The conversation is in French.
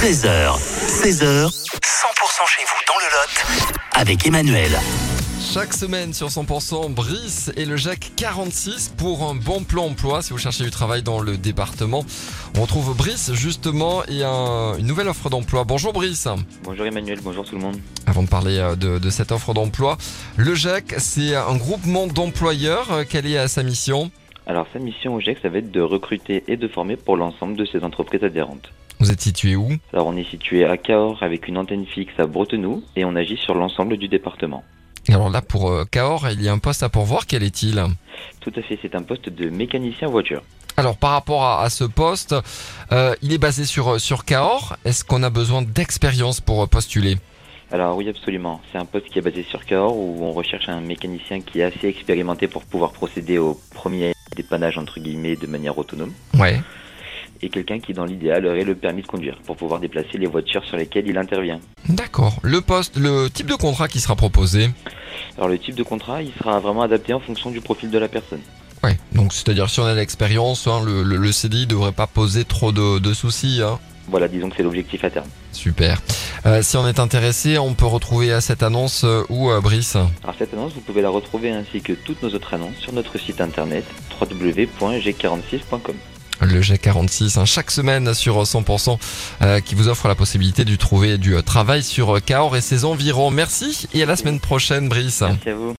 13h, 16h, 100% chez vous dans le Lot avec Emmanuel. Chaque semaine sur 100%, Brice et le Jacques 46 pour un bon plan emploi. Si vous cherchez du travail dans le département, on retrouve Brice justement et une nouvelle offre d'emploi. Bonjour Brice. Bonjour Emmanuel, bonjour tout le monde. Avant de parler de cette offre d'emploi, le Jacques, c'est un groupement d'employeurs. Quelle est sa mission ? Alors sa mission au GEC, ça va être de recruter et de former pour l'ensemble de ces entreprises adhérentes. Vous êtes situé où ? Alors on est situé à Cahors avec une antenne fixe à Bretenoux et on agit sur l'ensemble du département. Alors là, pour Cahors, il y a un poste à pourvoir. Quel est-il ? Tout à fait, c'est un poste de mécanicien voiture. Alors par rapport à ce poste, il est basé sur Cahors. Est-ce qu'on a besoin d'expérience pour postuler ? Alors oui, absolument. C'est un poste qui est basé sur Cahors où on recherche un mécanicien qui est assez expérimenté pour pouvoir procéder au premier dépannage entre guillemets de manière autonome. Ouais. Et quelqu'un qui dans l'idéal aurait le permis de conduire pour pouvoir déplacer les voitures sur lesquelles il intervient. D'accord. Le type de contrat qui sera proposé ? Alors le type de contrat, il sera vraiment adapté en fonction du profil de la personne. Ouais. Donc c'est-à-dire si on a de l'expérience, le CDI devrait pas poser trop de soucis. Voilà, disons que c'est l'objectif à terme. Super. Si on est intéressé, on peut retrouver cette annonce où, Brice ? Alors cette annonce, vous pouvez la retrouver ainsi que toutes nos autres annonces sur notre site internet www.g46.com. Le G46, chaque semaine sur 100%, qui vous offre la possibilité de trouver du travail sur Cahors et ses environs. Merci et à la semaine prochaine, Brice. Merci à vous.